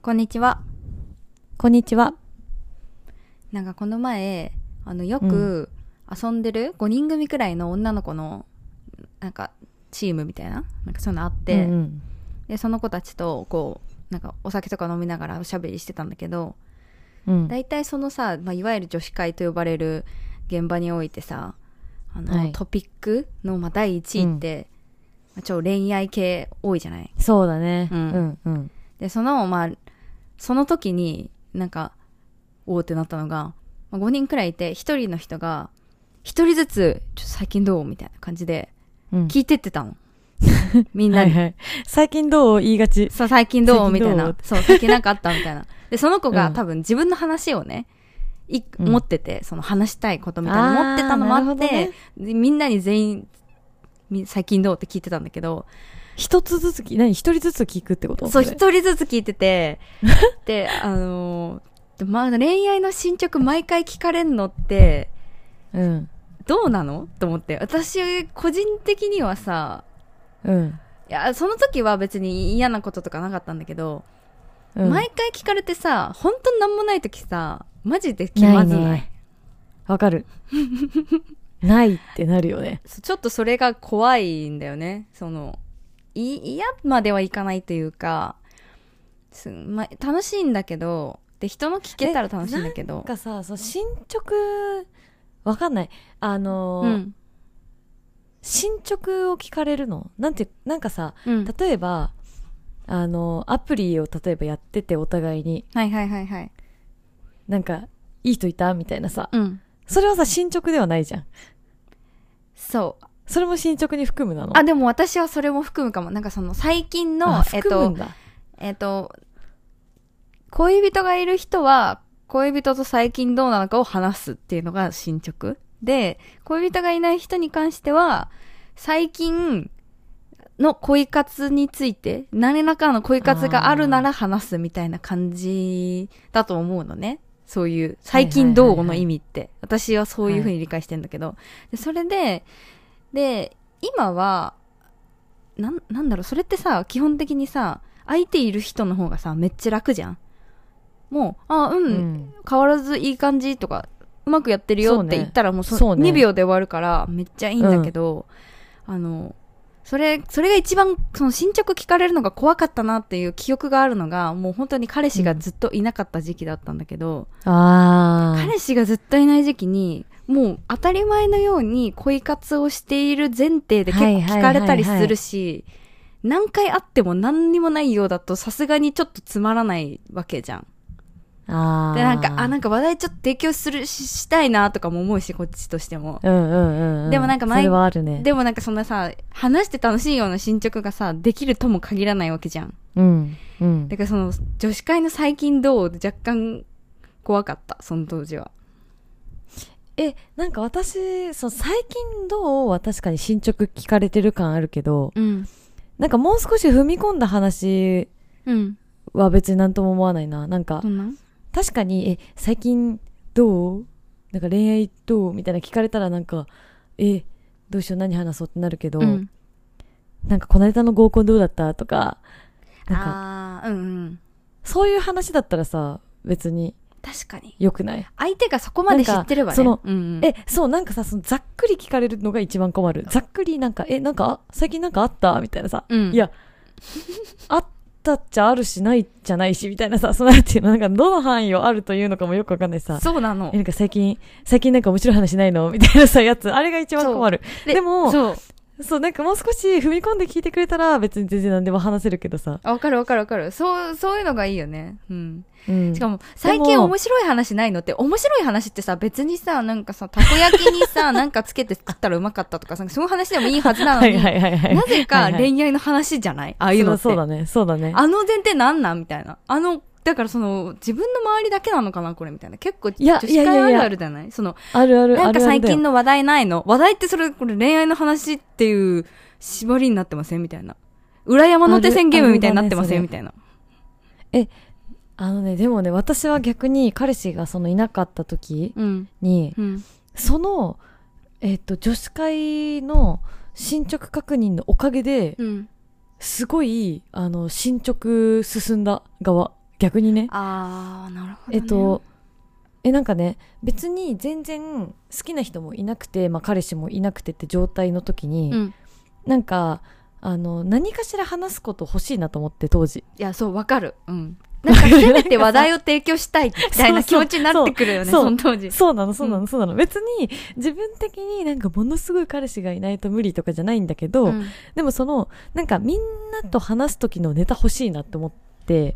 こんにちは。 こんにちは。 なんかこの前、よく遊んでる5人組くらいの女の子の、なんかチームみたいな、なんかそういうのあって、で、その子たちとこう、なんかお酒とか飲みながらおしゃべりしてたんだけど、だいたいそのさ、いわゆる女子会と呼ばれる現場においてさ、トピックの、第一位って、超恋愛系多いじゃない？ そうだね。 で、その時になんかおーってなったのが、5人くらいいて、1人の人が1人ずつちょっと最近どうみたいな感じで聞いてってたの、みんなにはい、最近どう言いがち。 そう、最近どうみたいな、そう、最近なんかあったみたいな。でその子が多分自分の話をね持ってて、その話したいことみたいなの持ってたのもあって、みんなに全員最近どうって聞いてたんだけど、 一人ずつ聞くってこと？ そう、一人ずつ聞いててで、恋愛の進捗毎回聞かれんのって、どうなのと思って、私個人的にはさ、いや、その時は別に嫌なこととかなかったんだけど、毎回聞かれてさ、本当になんもない時さ、マジで気まずない？ わかる。ないってなるよね。 ちょっとそれが怖いんだよね。嫌まではいかないというか、楽しいんだけど、で、人の聞けたら楽しいんだけど。 なんかさ、進捗、わかんない。進捗を聞かれるのなんかさ、例えば、アプリを例えばやっててお互いに。なんか、いい人いたみたいなさ。それはさ、進捗ではないじゃん。 そう。 それも進捗に含むなの？ でも私はそれも含むかも。なんか最近の、恋人がいる人は、恋人と最近どうなのかを話すっていうのが進捗。で、恋人がいない人に関しては、最近の恋活について、何らかの恋活があるなら話すみたいな感じだと思うのね。そういう、最近どうの意味って。私はそういう風に理解してんだけど。でそれで、今は、なんだろう、それってさ、基本的にさ、相手いる人の方がさ、めっちゃ楽じゃん。もう、変わらずいい感じとか、うまくやってるよって言ったらもう2秒で終わるから、めっちゃいいんだけど、それが一番、進捗聞かれるのが怖かったなっていう記憶があるのが、もう本当に彼氏がずっといなかった時期だったんだけど、彼氏がずっといない時期に、もう当たり前のように恋活をしている前提で結構聞かれたりするし、何回会っても何にもないようだとさすがにちょっとつまらないわけじゃん。で、なんか話題ちょっと提供したいなとかも思うし、こっちとしても。でもなんかそれはあるね。 でもなんかそんなさ、話して楽しいような進捗がさ、できるとも限らないわけじゃん。だから女子会の最近どう若干怖かった、その当時は。 なんか私、最近どうは確かに進捗聞かれてる感あるけど、なんかもう少し踏み込んだ話は別になんとも思わないな。なんか、確かに、最近どう？なんか恋愛どう？みたいな聞かれたらなんか、どうしよう何話そうってなるけど、なんかこの間の合コンどうだったとか、なんか、そういう話だったらさ、別に、 確かに。 よくない？ 相手がそこまで知ってればね。 そう、なんかさ、ざっくり聞かれるのが一番困る。ざっくりなんか、なんか、最近なんかあったみたいなさ。いや、あったっちゃあるし、ないじゃないし、みたいなさ、なんていうの、なんか、どの範囲をあるというのかもよくわかんないさ。 そうなの。 なんか最近なんか面白い話ないのみたいなさ、やつ。あれが一番困る。でも、そう、なんかもう少し踏み込んで聞いてくれたら別に全然何でも話せるけどさ。 わかる。そういうのがいいよね。しかも、最近面白い話ないのって、面白い話ってさ、別にさ、なんかさ、たこ焼きにさ、なんかつけて作ったらうまかったとかさ、そういう話でもいいはずなのに、なぜか恋愛の話じゃない？ああいうのって。 そうだね。 あの前提なんなんみたいな。だから自分の周りだけなのかなこれみたいな。結構、女子会あるあるじゃない？ あるある。 なんか最近の話題ないの？話題ってこれ恋愛の話っていう縛りになってませんみたいな。裏山手線ゲームみたいになってませんみたいな。 でもね、私は逆に彼氏がいなかった時に、女子会の進捗確認のおかげで、すごい、進捗進んだ側逆にね。 なるほど、 ね。なんかね、別に全然好きな人もいなくて、彼氏もいなくてって状態の時に、なんか何かしら話すこと欲しいなと思って、当時。 いや、そう、わかる。なんかせめて話題を提供したいみたいな気持ちになってくるよね、その当時。 そうなの。別に自分的になんかものすごい彼氏がいないと無理とかじゃないんだけど、でもなんかみんなと話す時のネタ欲しいなって思って、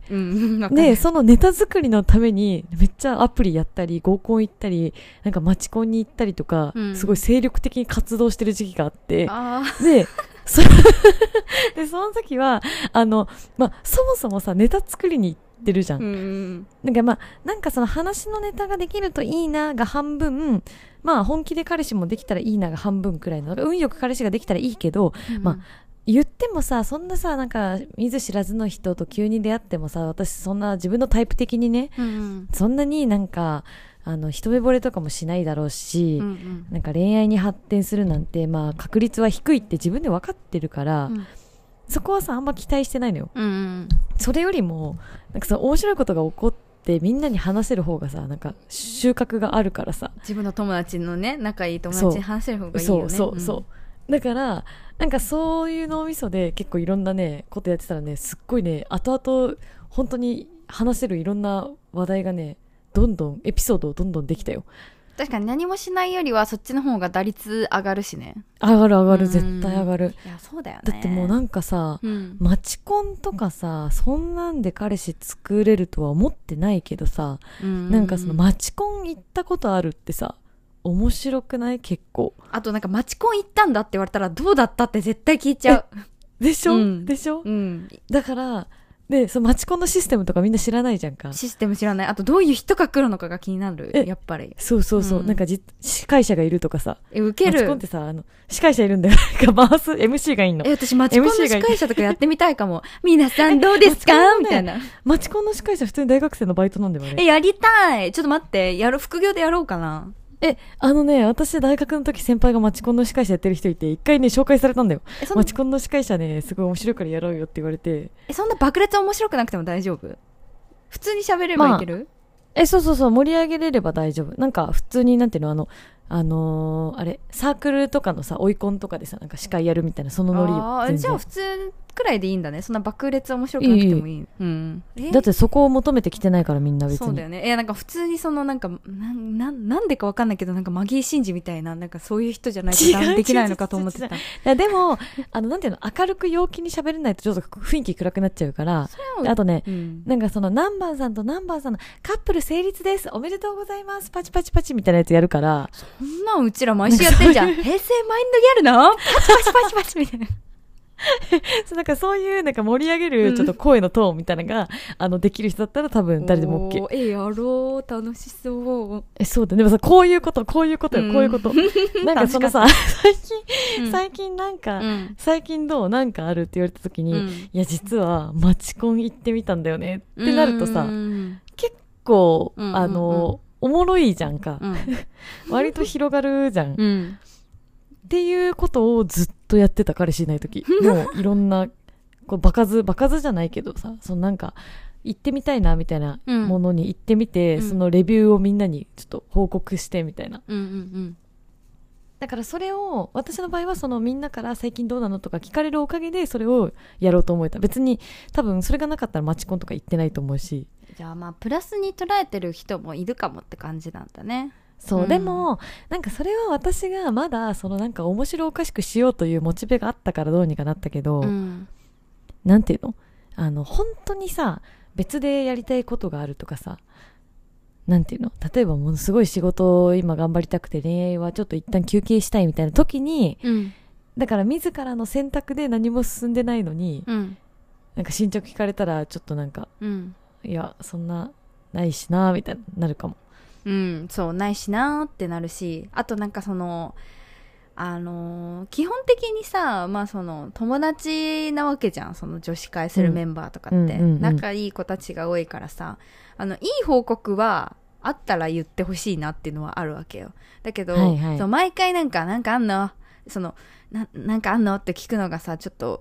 で、そのネタ作りのためにめっちゃアプリやったり、合コン行ったり、なんかマチコンに行ったりとか、すごい精力的に活動してる時期があって、で、その時は、そもそもさ、ネタ作りに行ってるじゃん。なんかその話のネタができるといいなが半分、本気で彼氏もできたらいいなが半分くらいの、運よく彼氏ができたらいいけど、言ってもさ、そんなさ、なんか見ず知らずの人と急に出会ってもさ、私そんな自分のタイプ的にね、そんなになんか一目惚れとかもしないだろうし、なんか恋愛に発展するなんて確率は低いって自分で分かってるから、そこはさあんま期待してないのよ。それよりもなんかさ、面白いことが起こってみんなに話せる方がさ、なんか収穫があるからさ、 自分の友達のね、仲いい友達に話せる方がいいよね。 そうだからなんかそういう脳みそで結構いろんなねことやってたらね、すっごいね、後々本当に話せるいろんな話題がね、どんどんエピソードをどんどんできたよ。 確かに何もしないよりはそっちの方が打率上がるしね。 上がる絶対上がる。 いや、そうだよね。 だってもうなんかさ、マチコンとかさ、そんなんで彼氏作れるとは思ってないけどさ、なんかそのマチコン行ったことあるってさ、面白くない？結構。 あとなんかマチコン行ったんだって言われたらどうだったって絶対聞いちゃう。 でしょ、だからで、そのマチコンのシステムとかみんな知らないじゃんか。 システム知らない。あとどういう人が来るのかが気になる。やっぱり。 そう、なんか司会者がいるとかさ。 ウケる。 マチコンってさ、司会者いるんだよ。なんか回す MC がいいの。 私マチコンの司会者とかやってみたいかも。皆さんどうですかみたいな。 マチコンの司会者普通に大学生のバイトなんだよね。 やりたい。ちょっと待って。副業でやろうかな。 私大学の時先輩がマチコンの司会者やってる人いて、一回ね紹介されたんだよ。マチコンの司会者ね、すごい面白いからやろうよって言われて。 そんな爆裂面白くなくても大丈夫？普通に喋ればいける？ そう盛り上げれれば大丈夫。なんか普通になんていうの、あれサークルとかのさ、追いコンとかでさ、なんか司会やるみたいな、そのノリよ。 じゃあ普通くらいでいいんだね。そんな爆裂面白くなくてもいい。 だってそこを求めてきてないから、みんな別に。 そうだよね。なんか普通にそのなんかなんでかわかんないけど、なんかマギーシンジみたいな、なんかそういう人じゃないとできないのかと思ってた。 いやでもなんていうの、明るく陽気に喋れないとちょっと雰囲気暗くなっちゃうから。あとね、なんかそのナンバーさんとナンバーさんのカップル成立です、おめでとうございます、パチパチパチみたいなやつやるから。 そんなんうちら毎週やってんじゃん。平成マインドギャルのパチパチパチパチみたいな。 なんかそういうなんか盛り上げるちょっと声のトーンみたいなのが、できる人だったら多分誰でも OK。 やろう、楽しそう。 そうだね。でもさ、こういうことよ、こういうこと。なんかそのさ、最近なんか、最近どうなんかあるって言われた時に、いや実はマチコン行ってみたんだよねってなるとさ、結構、おもろいじゃんか。割と広がるじゃん。っていうことをずっとやってた、彼氏いない時。もういろんな場数じゃないけどさ、そのなんか行ってみたいなみたいなものに行ってみて、そのレビューをみんなにちょっと報告してみたいな。だからそれを、私の場合はそのみんなから最近どうなのとか聞かれるおかげでそれをやろうと思えた。別に多分それがなかったらマチコンとか行ってないと思うし。 じゃあプラスに捉えてる人もいるかもって感じなんだね。 そう、でもなんかそれは私がまだそのなんか面白おかしくしようというモチベがあったからどうにかなったけど、なんていうの、本当にさ、別でやりたいことがあるとかさ、なんていうの、例えばものすごい仕事を今頑張りたくて恋愛はちょっと一旦休憩したいみたいな時に、だから自らの選択で何も進んでないのに、なんか進捗聞かれたらちょっとなんか、いやそんなないしなみたいになるかも。 そうないしなってなるし、あとなんかその基本的にさ、その友達なわけじゃん、その女子会するメンバーとかって、仲いい子たちが多いからさ、いい報告はあったら言ってほしいなっていうのはあるわけよ。だけど、そう毎回なんかあんの、そのなんかあんのって聞くのがさ、ちょっと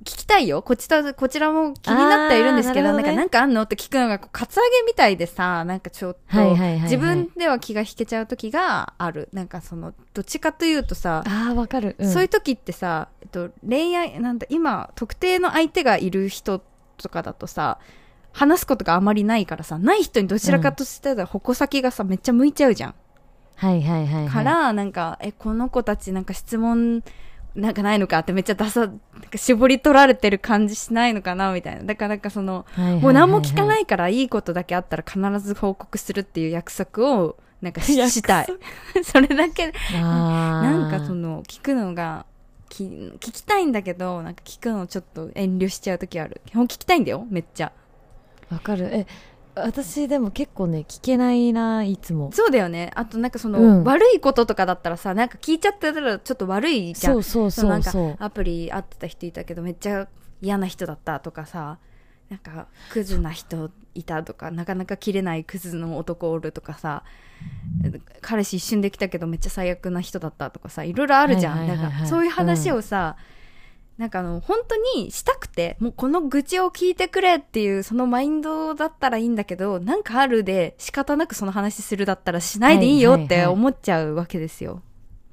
聞きたいよ。こちらも気になってはいるんですけど、なんかあんのって聞くのが、カツアゲみたいでさ、なんかちょっと、自分では気が引けちゃう時がある。なんかどっちかというとさ、 わかる。 そういう時ってさ、恋愛、今、特定の相手がいる人とかだとさ、話すことがあまりないからさ、ない人にどちらかとしたら矛先がさ、めっちゃ向いちゃうじゃん。から、なんか、この子たちなんか質問、なんかないのかってめっちゃなんか絞り取られてる感じしないのかなみたいな。だからなんかもう何も聞かないからいいことだけあったら必ず報告するっていう約束をなんかしたい。それだけ、なんか聞くのが、聞きたいんだけど、なんか聞くのちょっと遠慮しちゃうときある。基本聞きたいんだよ、めっちゃ。 わかる。私でも結構ね、聞けないな、いつも。 そうだよね。あとなんか悪いこととかだったらさ、なんか聞いちゃってたらちょっと悪いじゃん。 そう。 なんかアプリ会ってた人いたけどめっちゃ嫌な人だったとかさ、なんかクズな人いたとか、なかなか切れないクズの男おるとかさ、彼氏一瞬できたけどめっちゃ最悪な人だったとかさ、いろいろあるじゃん。なんかそういう話をさ、なんか本当にしたくて、もうこの愚痴を聞いてくれっていうそのマインドだったらいいんだけど、なんかあるで仕方なくその話するだったらしないでいいよって思っちゃうわけですよ。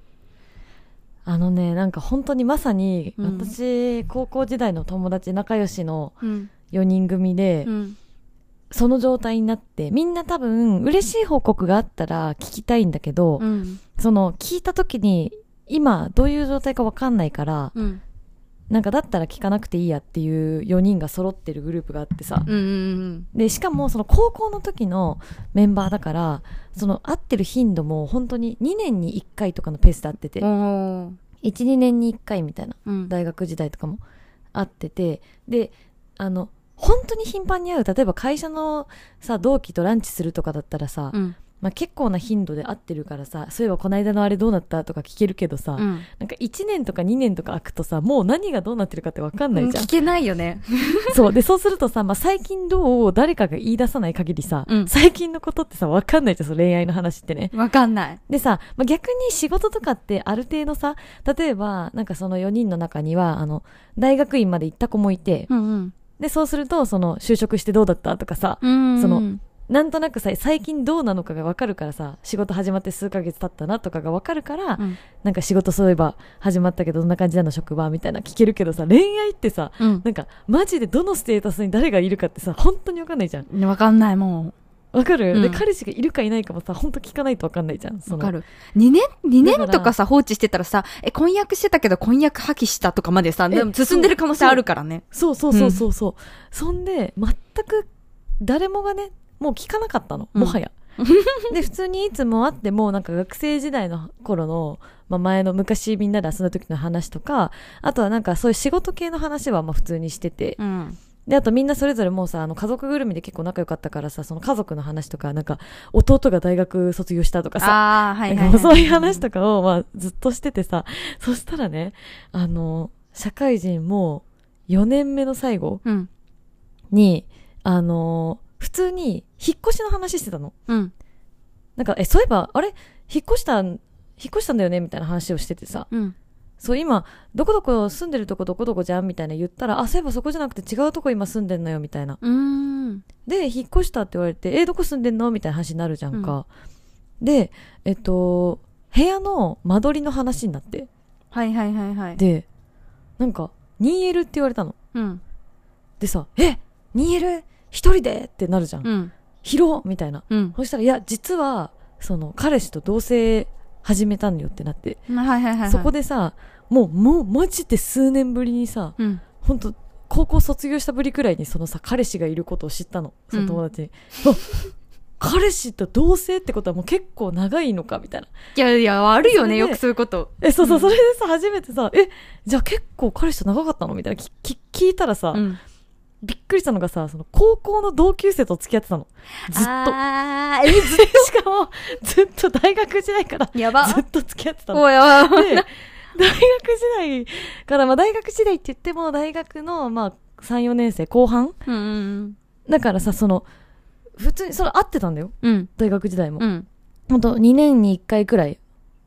なんか本当にまさに、私、高校時代の友達仲良しの4人組で、その状態になって、みんな多分嬉しい報告があったら聞きたいんだけど、聞いた時に今どういう状態か分かんないから、なんかだったら聞かなくていいやっていう4人が揃ってるグループがあってさ、でしかも高校の時のメンバーだから、会ってる頻度も本当に2年に1回とかのペースで会ってて、1,2 年に1回みたいな、大学時代とかも会ってて、で本当に頻繁に会う、例えば会社のさ同期とランチするとかだったらさ、結構な頻度で会ってるからさ、そういえばこの間のあれどうなったとか聞けるけどさ、なんか1年とか2年とか空くとさ、もう何がどうなってるかって分かんないじゃん。 聞けないよね。 そうするとさ、最近どう誰かが言い出さない限りさ、最近のことってさ分かんないじゃん、恋愛の話ってね。 分かんない。 でさ、逆に仕事とかってある程度さ、例えばなんかその4人の中には大学院まで行った子もいて、でそうすると就職してどうだったとかさ、なんとなくさ最近どうなのかが分かるからさ、仕事始まって数ヶ月経ったなとかが分かるから、なんか仕事そういえば始まったけどどんな感じなの職場みたいな聞けるけどさ、恋愛ってさ、なんかマジでどのステータスに誰がいるかってさ本当に分かんないじゃん。 分かんない。もう分かる、で彼氏がいるかいないかもさ本当聞かないと分かんないじゃん。 分かる。2年とかさ放置してたらさ、婚約してたけど婚約破棄したとかまでさ、でも進んでる可能性あるからね。 そう、そんで全く誰もがねもう聞かなかったの、もはや。で普通にいつも会ってもなんか学生時代の頃の、前の昔みんなで遊んだ時の話とか、あとはなんかそういう仕事系の話は普通にしてて、であとみんなそれぞれもうさ家族ぐるみで結構仲良かったからさ、その家族の話とか、なんか弟が大学卒業したとかさ、そういう話とかをずっとしててさ、そしたらね社会人も4年目の最後に、普通に引っ越しの話してたの。なんかそういえばあれ引っ越したんだよねみたいな話をしててさ、そう今どこどこ住んでるとこどこどこじゃんみたいな言ったら、そういえばそこじゃなくて違うとこ今住んでんのよみたいな。で引っ越したって言われて、どこ住んでんのみたいな話になるじゃんか。で部屋の間取りの話になって、でなんか 2L って言われたの。でさ2L一人でってなるじゃん。広みたいな。そしたらいや実は彼氏と同棲始めたんだよってなって、そこでさもうマジで数年ぶりにさ、本当高校卒業したぶりくらいに彼氏がいることを知ったの、その友達に。彼氏と同棲ってことはもう結構長いのかみたいな。 いやあるよね、よくそういうこと。 それでさ初めてさじゃあ結構彼氏と長かったのみたいな聞いたらさ、びっくりしたのがさ、高校の同級生と付き合ってたの。ずっと。しかも、ずっと大学時代から、ずっと付き合ってたの。で、大学時代から、大学時代って言っても、大学の、3、4年生後半、だからさ、普通に、会ってたんだよ。大学時代も。ほんと、2年に1回くらい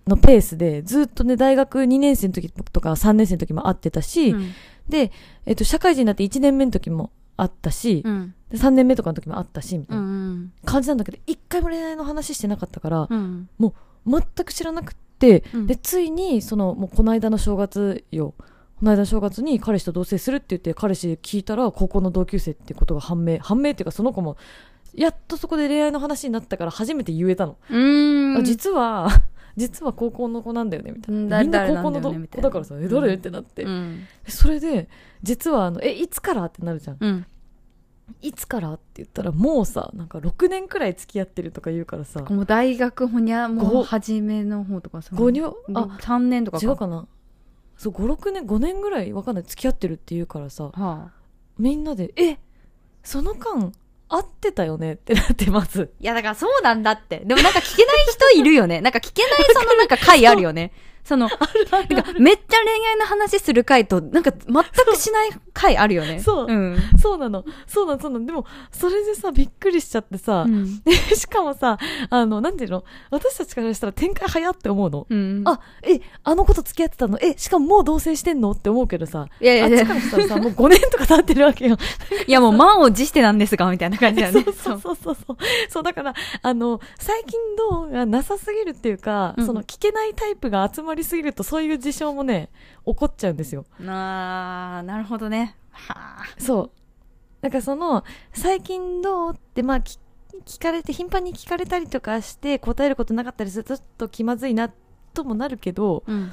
のペースでずっとね、大学2年生の時とか3年生の時も会ってたし、うん、で、社会人になって1年目の時も会ったし、うん、で3年目とかの時も会ったしみたいな感じなんだけど、一回も恋愛の話してなかったから、うん、もう全く知らなくって、うん、でついにもうこの間の正月に彼氏と同棲するって言って、彼氏聞いたら高校の同級生っていうことが判明っていうか、その子もやっとそこで恋愛の話になったから初めて言えたの。実は高校の子なんだよねみたいな、みんな高校の子だからさ、誰ってなって、うん、それで実はいつからってなるじゃん、うん、いつからって言ったらもうさ、なんか6年くらい付き合ってるとか言うからさ、 もう大学ほにゃもう初めの方とかさ、3年とか違うかな、そう5年5年ぐらいわかんない付き合ってるって言うからさ、はあ、みんなでその間合ってたよねってなって、まず。 いやだからそうなんだって。でもなんか聞けない人いるよね。なんか聞けないなんか回あるよね。なんかめっちゃ恋愛の話する回となんか全くしない回あるよね。 そう、うん、そうなの。でもそれでさびっくりしちゃってさ、うん、しかもさなんていうの、私たちからしたら展開早って思うの。うん、あの子と付き合ってたの、しかももう同棲してんのって思うけどさ、あっちからしたらさもう5年とか経ってるわけよ。 いやもう満を持してなんですがみたいな感じだよね。 そうだから最近どうがなさすぎるっていうか、うん、聞けないタイプが集まりすぎるとそういう事象もね起こっちゃうんですよ。 なるほどね。はあ。 そうだから最近どうって聞かれて頻繁に聞かれたりとかして答えることなかったりするとちょっと気まずいなともなるけど、うん、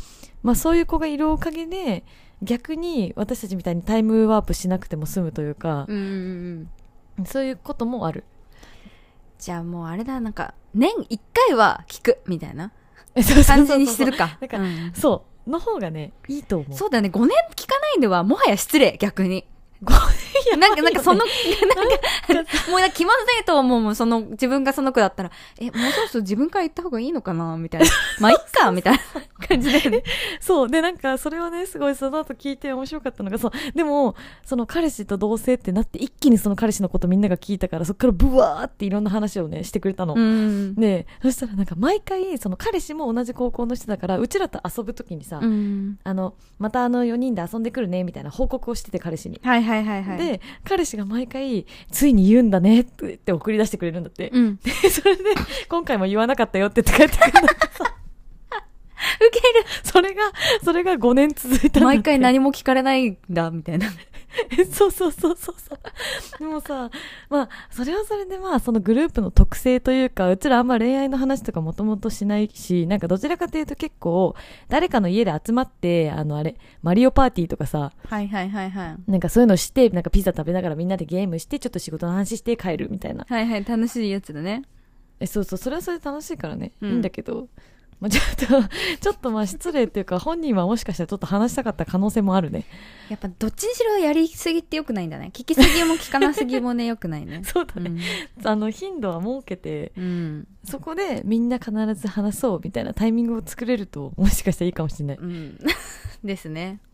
そういう子がいるおかげで逆に私たちみたいにタイムワープしなくても済むというか、そういうこともある。 じゃあもうあれだ、なんか年1回は聞くみたいな感じにするか。 そうの方がねいいと思う。 そうだよね。5年聞かないんではもはや失礼、逆に。なんかもう気まずいと思うもん。自分がその子だったら、もうそろそろ自分から言った方がいいのかなみたいな。まあ、いっかみたいな感じで、ね。 そう。で、なんか、それはね、すごいその後聞いて面白かったのが、でも、彼氏と同棲ってなって、一気にその彼氏のことみんなが聞いたから、そっからブワーっていろんな話をね、してくれたの。で、そしたらなんか毎回、彼氏も同じ高校の人だから、うちらと遊ぶときにさ、また4人で遊んでくるね、みたいな報告をしてて、彼氏に。 はい。 で、彼氏が毎回ついに言うんだねって言って送り出してくれるんだって、うん、でそれで今回も言わなかったよって言って帰ってくるんだってさウケる。 それが5年続いたんだって。 毎回何も聞かれないんだみたいな。 そうでもさ、それはそれでそのグループの特性というか、うちらあんま恋愛の話とかもともとしないし、なんかどちらかというと結構誰かの家で集まってマリオパーティーとかさ、 はいなんかそういうのして、なんかピザ食べながらみんなでゲームしてちょっと仕事の話して帰るみたいな。 はい楽しいやつだね。 そうそれはそれで楽しいからね、いいんだけど、ちょっと失礼っていうか、本人はもしかしたらちょっと話したかった可能性もあるね。 やっぱどっちにしろやりすぎって良くないんだね。聞きすぎも聞かなすぎもね良くないね。 そうだね、頻度は設けて、そこでみんな必ず話そうみたいなタイミングを作れるともしかしたらいいかもしれない、 ですね。